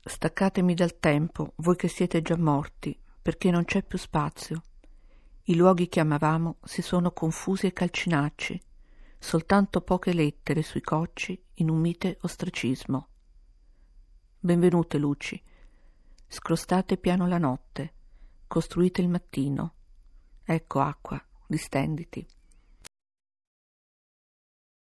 Staccatemi dal tempo, voi che siete già morti, perché non c'è più spazio. I luoghi che amavamo si sono confusi e calcinacci, soltanto poche lettere sui cocci in un mite ostracismo. Benvenute luci, scrostate piano la notte, costruite il mattino. Ecco acqua, distenditi.